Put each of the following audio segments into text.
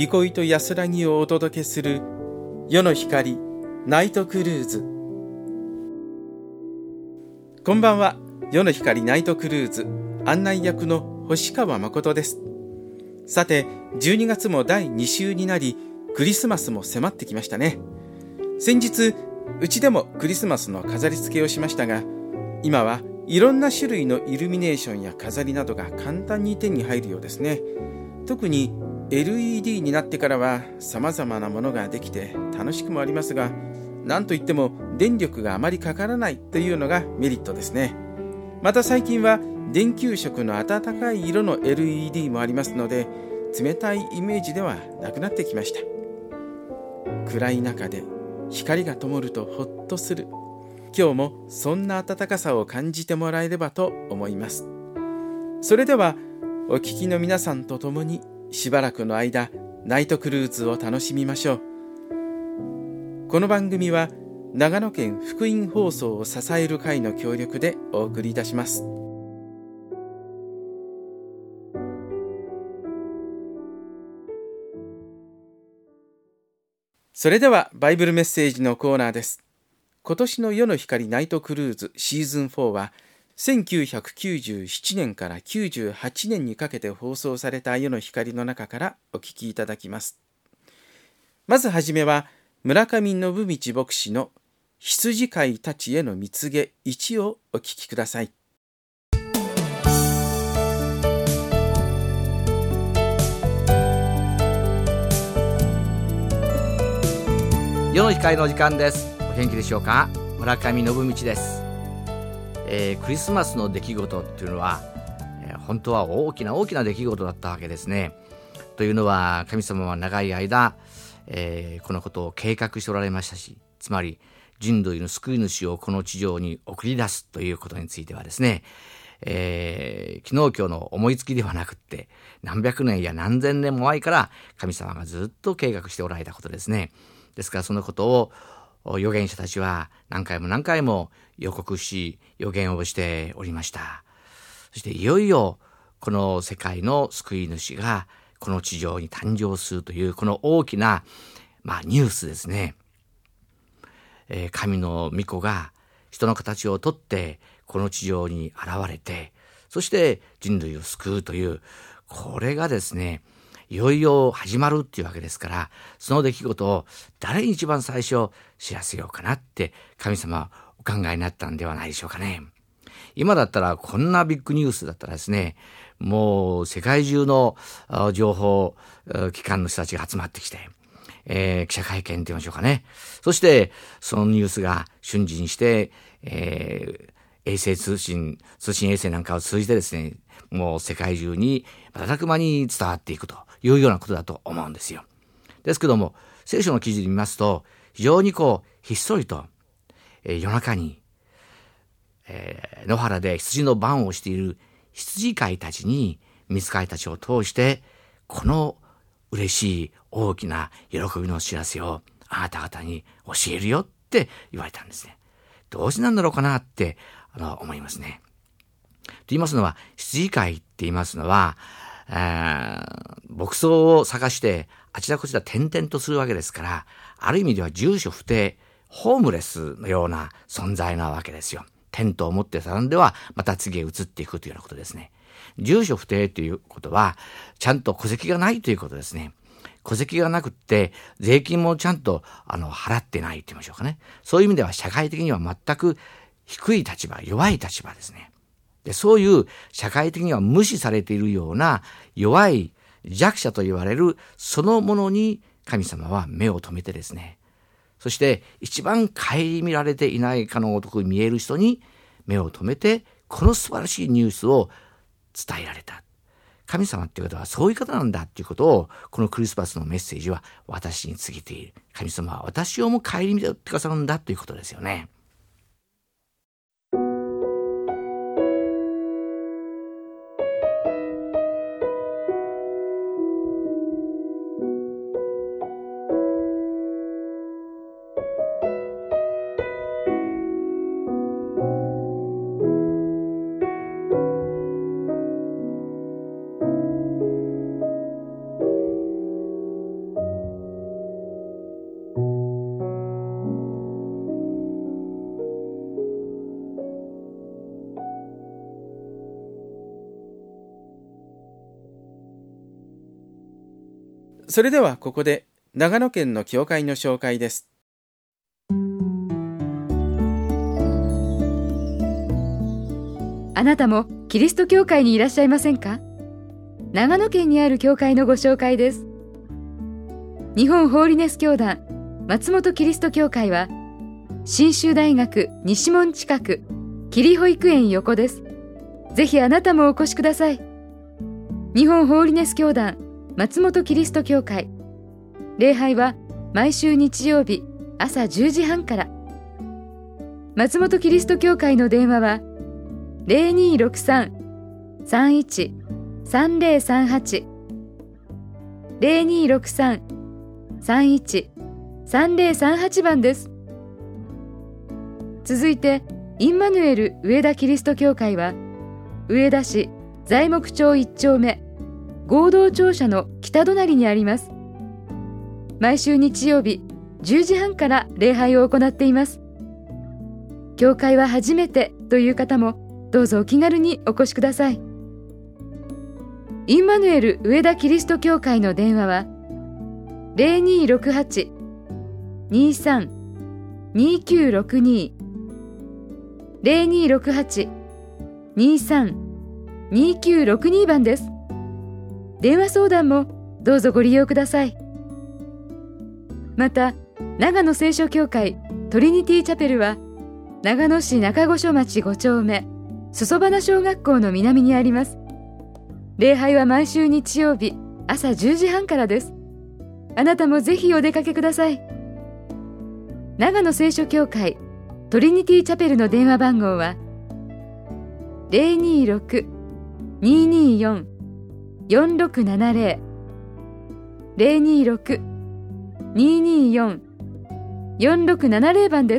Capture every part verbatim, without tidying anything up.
憩いと安らぎをお届けする夜の光ナイトクルーズ。こんばんは。夜の光ナイトクルーズ案内役の星川誠です。さて、じゅうにがつもだいに週になり、クリスマスも迫ってきましたね。先日うちでもクリスマスの飾り付けをしましたが、今はいろんな種類のイルミネーションや飾りなどが簡単に手に入るようですね。特に エルイーディー になってからは様々なものができて楽しくもありますが、なんといっても電力があまりかからないというのがメリットですね。また最近は電球色の暖かい色の エルイーディー もありますので、冷たいイメージではなくなってきました。暗い中で光が灯るとほっとする。今日もそんな暖かさを感じてもらえればと思います。それではお聞きの皆さんと共にしばらくの間ナイトクルーズを楽しみましょう。この番組は長野県福音放送を支える会の協力でお送りいたします。それではバイブルメッセージのコーナーです。今年の夜の光ナイトクルーズシーズンフォーはせんきゅうひゃくきゅうじゅうななねんからきゅうじゅうはちねんにかけて放送された夜の光の中からお聞きいただきます。まずはじめは村上信道牧師の羊飼いたちへの蜜げいちをお聞きください。 夜の光の時間です。お元気でしょうか。村上信道です。えー、クリスマスの出来事っていうのは、えー、本当は大きな大きな出来事だったわけですね。というのは神様は長い間、えー、このことを計画しておられましたし、つまり人類の救い主をこの地上に送り出すということについてはですね、えー、昨日今日の思いつきではなくって何百年や何千年も前から神様がずっと計画しておられたことですね。ですからそのことを預言者たちは何回も何回も予告し予言をしておりました。そしていよいよこの世界の救い主がこの地上に誕生するというこの大きな、まあ、ニュースですね。えー、神の御子が人の形をとってこの地上に現れて、そして人類を救うという、これがですねいよいよ始まるっていうわけですから、その出来事を誰に一番最初知らせようかなって神様はお考えになったんではないでしょうかね。今だったらこんなビッグニュースだったらですね、もう世界中の情報機関の人たちが集まってきて、えー、記者会見って言いましょうかね。そしてそのニュースが瞬時にして、えー、衛星通信通信衛星なんかを通じてですね、もう世界中に瞬く間に伝わっていくというようなことだと思うんですよ。ですけども聖書の記事で見ますと、非常にこうひっそりと、えー、夜中に、えー、野原で羊の番をしている羊飼いたちに蜜飼いたちを通してこの嬉しい大きな喜びの知らせをあなた方に教えるよって言われたんですね。どうしてなんだろうかなってあの思いますね。と言いますのは、羊飼いって言いますのは、えー、牧草を探してあちらこちら転々とするわけですから、ある意味では住所不定、ホームレスのような存在なわけですよ。テントを持って並んではまた次へ移っていくというようなことですね。住所不定ということはちゃんと戸籍がないということですね。戸籍がなくって税金もちゃんとあの払ってないと言いましょうかね。そういう意味では社会的には全く低い立場、弱い立場ですね。で、そういう社会的には無視されているような弱い弱者と言われるそのものに神様は目を留めてですね、そして一番顧みられていないかのごとく見える人に目を留めて、この素晴らしいニュースを伝えられた。神様っていう方はそういう方なんだっていうことを、このクリスマスのメッセージは私に告げている。神様は私をも顧みてくださるんだということですよね。 それではここで長野県の教会の紹介です。 あなたもキリスト教会にいらっしゃいませんか？長野県にある教会のご紹介です。日本ホーリネス教団松本キリスト教会は信州大学西門近く桐保育園横です。ぜひあなたもお越しください。日本ホーリネス教団松本キリスト教会、礼拝は毎週日曜日朝じゅうじはんから。松本キリスト教会の電話は ゼロにーろくさん さんいち さんゼロさんはち ゼロにーろくさん さんいち さんゼロさんはち番です。続いてインマヌエル上田キリスト教会は上田市材木町いち丁目合同庁舎の北隣にあります。毎週日曜日じゅうじはんから礼拝を行っています。教会は初めてという方もどうぞお気軽にお越しください。インマヌエル上田キリスト教会の電話は ゼロにーろくはち にーさん にーきゅうろくに ゼロにーろくはち にーさん にーきゅうろくに番です。電話相談もどうぞご利用ください。また長野聖書教会トリニティチャペルは長野市中五所町ご丁目裾花小学校の南にあります。礼拝は毎週日曜日朝じゅうじはんからです。あなたもぜひお出かけください。長野聖書教会トリニティチャペルの電話番号は ゼロにーろく にーにーよん よんろくななゼロ ゼロにーろく にーにーよん よんろくななゼロ番です。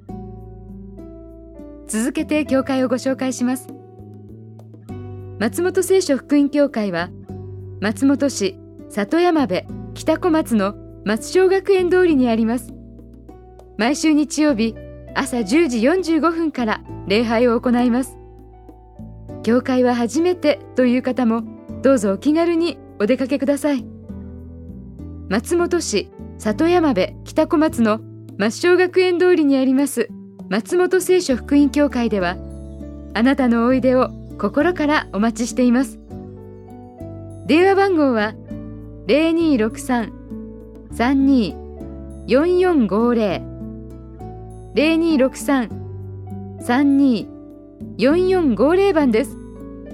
続けて教会をご紹介します。松本聖書福音教会は松本市里山部北小松の松小学園通りにあります。毎週日曜日朝じゅうじよんじゅうごふんから礼拝を行います。教会は初めてという方もどうぞお気軽にお出かけください。松本市里山部北小松の松小学園通りにあります松本聖書福音教会ではあなたのおいでを心からお待ちしています。電話番号は ゼロにーろくさん さんにー よんよんごゼロ ゼロにーろくさん さんにー よんよんごゼロ番です。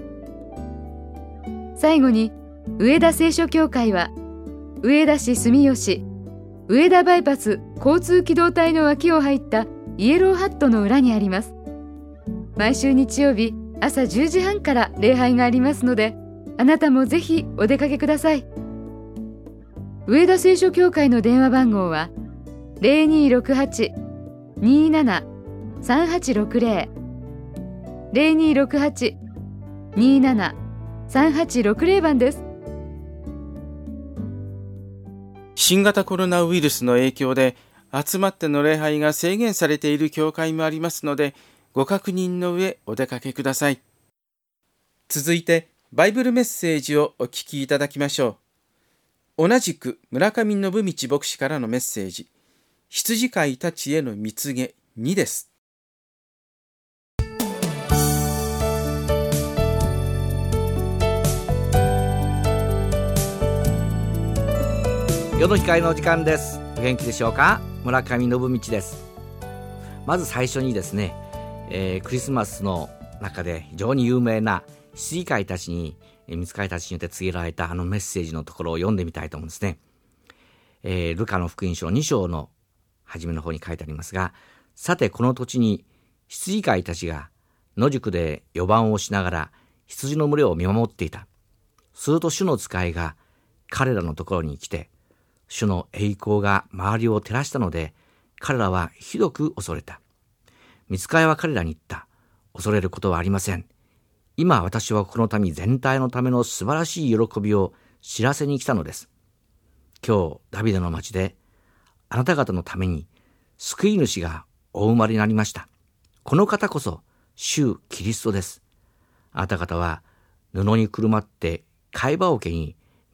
最後に上田聖書教会は上田市住吉上田バイパス交通機動隊の脇を入ったイエローハットの裏にあります。毎週日曜日朝じゅうじはんから礼拝がありますので、あなたもぜひお出かけください。上田聖書教会の電話番号は ゼロにーろくはち にーなな さんはちろくゼロ ゼロにーろくはち にーなな さんはちろくゼロ番です。 新型コロナウイルスの影響で集まっての礼拝が制限されている教会もありますので、ご確認の上お出かけください。続いてバイブルメッセージをお聞きいただきましょう。同じく村上信道牧師からのメッセージ、羊飼いたちへの蜜げにです。 世の光の時間です。お元気でしょうか？村上信道です。まず最初にですね、えー、クリスマスの中で非常に有名な羊飼いたちに蜜飼いたちによって告げられたあのメッセージのところを読んでみたいと思うんですね。えー、ルカの福音書に章の初めの方に書いてありますが、さてこの土地に羊飼いたちが野宿で予番をしながら羊の群れを見守っていた。すると主の使いが彼らのところに来て、主の栄光が周りを照らしたので、彼らはひどく恐れた。蜜飼いは彼らに言った。恐れることはありません。今私はこの民全体のための素晴らしい喜びを知らせに来たのです。今日ダビデの町であなた方のために救い主がお生まれになりました。この方こそ主キリストです。あなた方は布にくるまって貝羽桶に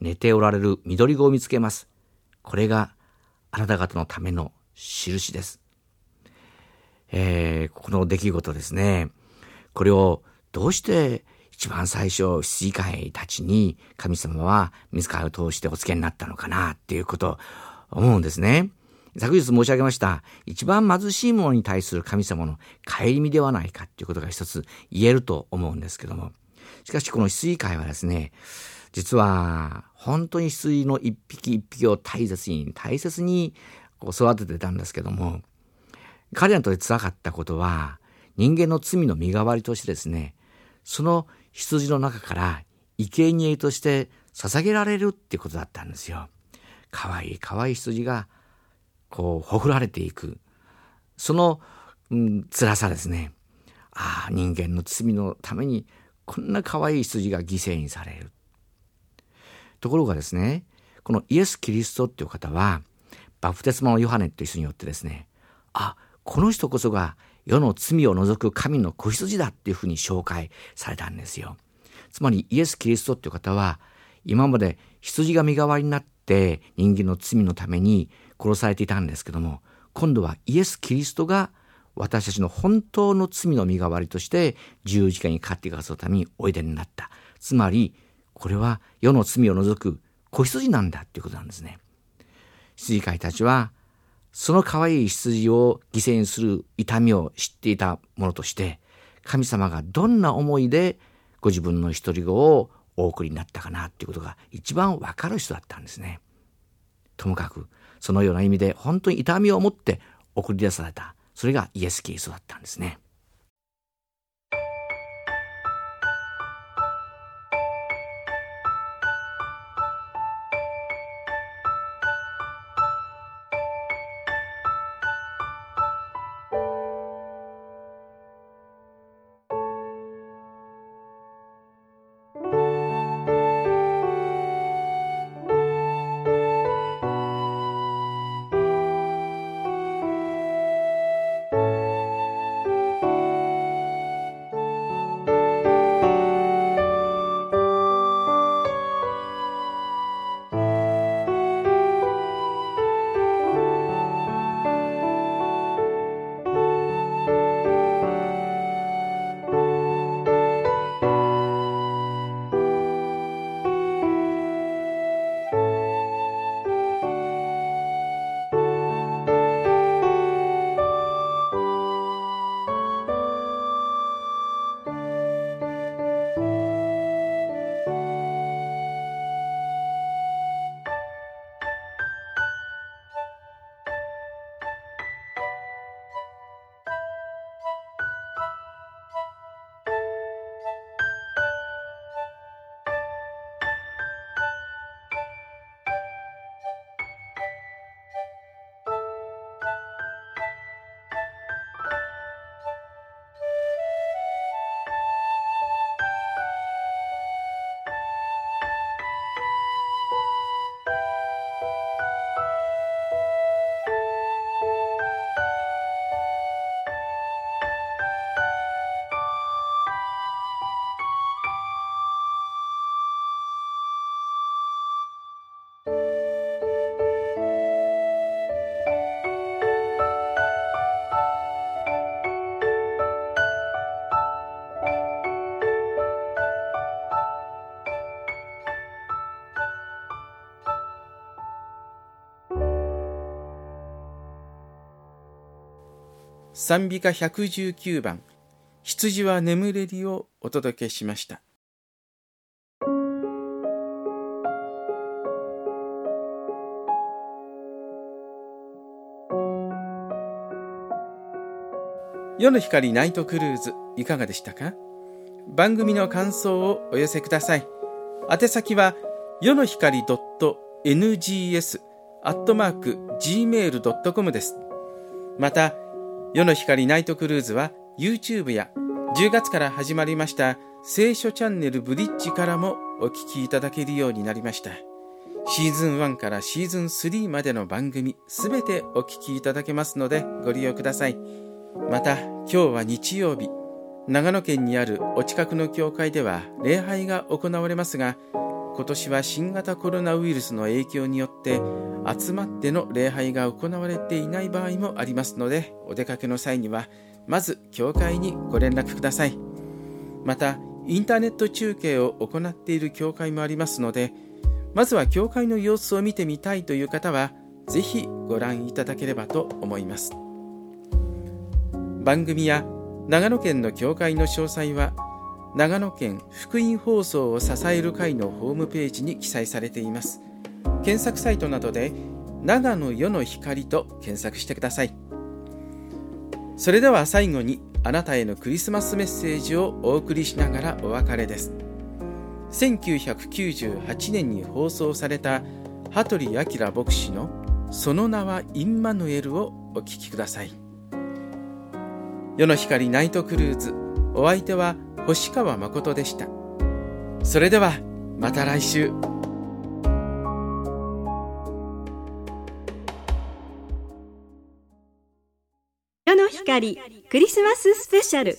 寝ておられる緑子を見つけます。これがあなた方のための印です。えー、この出来事ですね。これをどうして一番最初羊飼いたちに神様は自らを通してお付けになったのかなっていうことを思うんですね。昨日申し上げました一番貧しい者に対する神様の顧みではないかっていうことが一つ言えると思うんですけども、しかしこの羊飼いはですね、実は本当に羊の一匹一匹を大切に大切にこう育ててたんですけども、彼らにとって辛かったことは人間の罪の身代わりとしてですね、その羊の中から生贄として捧げられるっていうことだったんですよ。かわいいかわいい羊がこうほふられていく、その、うん、辛さですね。ああ、人間の罪のためにこんなかわいい羊が犠牲にされる。ところがですね、このイエス・キリストっていう方はバプテスマのヨハネという人によってですね、あ、この人こそが世の罪を除く神の子羊だっていうふうに紹介されたんですよ。つまりイエス・キリストっていう方は今まで羊が身代わりになって人間の罪のために殺されていたんですけども、今度はイエス・キリストが私たちの本当の罪の身代わりとして十字架にかかっていかせるためにおいでになった。つまりこれは世の罪を除く子羊なんだっていうことなんですね。羊飼いたちはその可愛い羊を犠牲にする痛みを知っていたものとして、神様がどんな思いでご自分の一人子をお送りになったかなっていうことが一番わかる人だったんですね。ともかくそのような意味で本当に痛みを持って送り出された、それがイエス・キリストだったんですね。 賛美歌ひゃくじゅうきゅうばん、羊は眠れりをお届けしました。夜の光ナイトクルーズいかがでしたか？番組の感想をお寄せください。宛先は夜の光 エヌジーエス アットマーク ジーメール ドットコム です。また夜の光ナイトクルーズは YouTube やじゅうがつから始まりました聖書チャンネルブリッジからもお聞きいただけるようになりました。シーズンワンからシーズンスリーまでの番組すべてお聞きいただけますのでご利用ください。また今日は日曜日、長野県にあるお近くの教会では礼拝が行われますが、 今年は新型コロナウイルスの影響によって集まっての礼拝が行われていない場合もありますので、お出かけの際にはまず教会にご連絡ください。またインターネット中継を行っている教会もありますので、まずは教会の様子を見てみたいという方はぜひご覧いただければと思います。番組や長野県の教会の詳細は長野県福音放送を支える会のホームページに記載されています。検索サイトなどで長野世の光と検索してください。それでは最後にあなたへのクリスマスメッセージをお送りしながらお別れです。せんきゅうひゃくきゅうじゅうはちねんに放送された羽鳥明牧師のその名はインマヌエルをお聞きください。世の光ナイトクルーズ、お相手は星川誠でした。それではまた来週。 世の光クリスマススペシャル。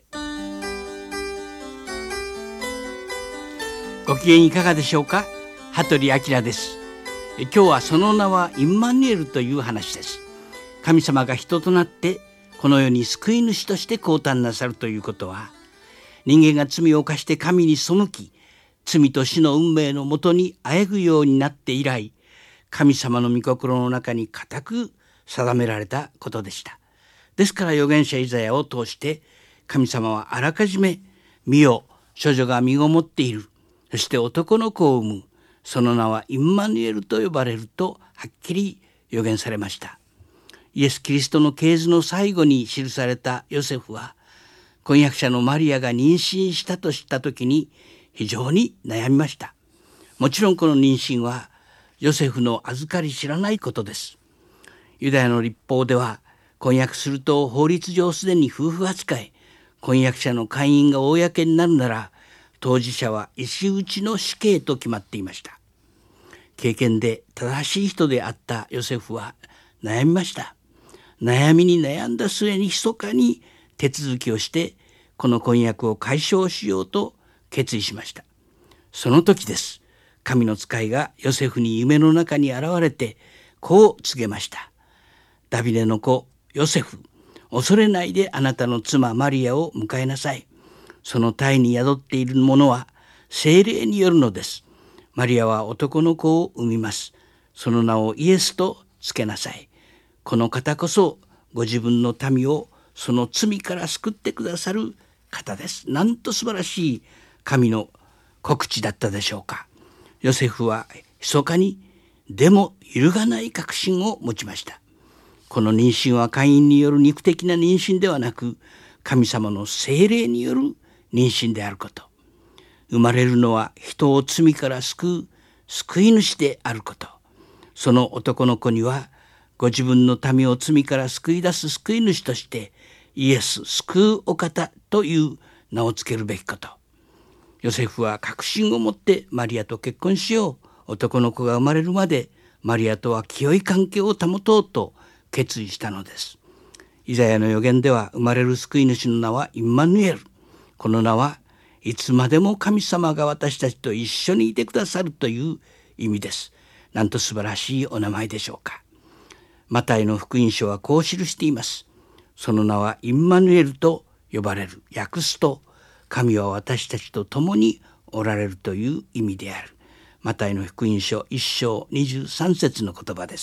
ご機嫌いかがでしょうか。羽鳥明です。今日はその名はインマヌエルという話です。神様が人となってこの世に救い主として降誕なさるということは、人間が罪を犯して神に背き、罪と死の運命のもとにあえぐようになって以来、神様の御心の中に固く定められたことでした。ですから預言者イザヤを通して神様はあらかじめ、見よ処女が身ごもっている、そして男の子を産む、その名はインマヌエルと呼ばれるとはっきり預言されました。イエス・キリストの系図の最後に記されたヨセフは、婚約者のマリアが妊娠したと知った時に非常に悩みました。もちろんこの妊娠はヨセフの預かり知らないことです。ユダヤの律法では、婚約すると法律上すでに夫婦扱い、婚約者の姦淫が公になるなら当事者は石打ちの死刑と決まっていました。経験で正しい人であったヨセフは悩みました。悩みに悩んだ末に密かに手続きをしてこの婚約を解消しようと決意しました。その時です。神の使いがヨセフに夢の中に現れてこう告げました。ダビデの子ヨセフ、恐れないであなたの妻マリアを迎えなさい。その胎に宿っているものは聖霊によるのです。マリアは男の子を産みます。その名をイエスとつけなさい。この方こそご自分の民をその罪から救ってくださる方です。なんと素晴らしい神の告知だったでしょうか。ヨセフは密かにでも揺るがない確信を持ちました。この妊娠は姦淫による肉的な妊娠ではなく、神様の聖霊による妊娠であること。生まれるのは人を罪から救う救い主であること。その男の子にはご自分の民を罪から救い出す救い主としてイエス救うお方という名をつけるべきこと。ヨセフは確信を持ってマリアと結婚しよう。男の子が生まれるまでマリアとは清い関係を保とうと決意したのです。イザヤの預言では生まれる救い主の名はインマヌエル。この名はいつまでも神様が私たちと一緒にいてくださるという意味です。なんと素晴らしいお名前でしょうか。マタイの福音書はこう記しています。その名はインマヌエルと呼ばれる。訳すと神は私たちと共におられるという意味である。マタイの福音書いっ章にじゅうさん節の言葉です。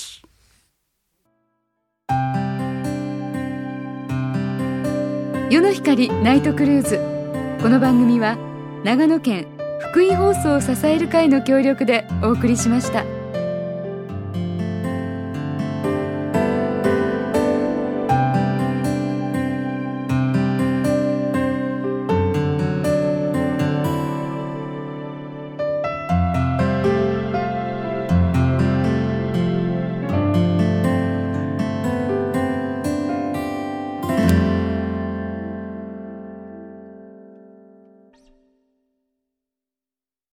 世の光ナイトクルーズ。この番組は長野県福音放送を支える会の協力でお送りしました。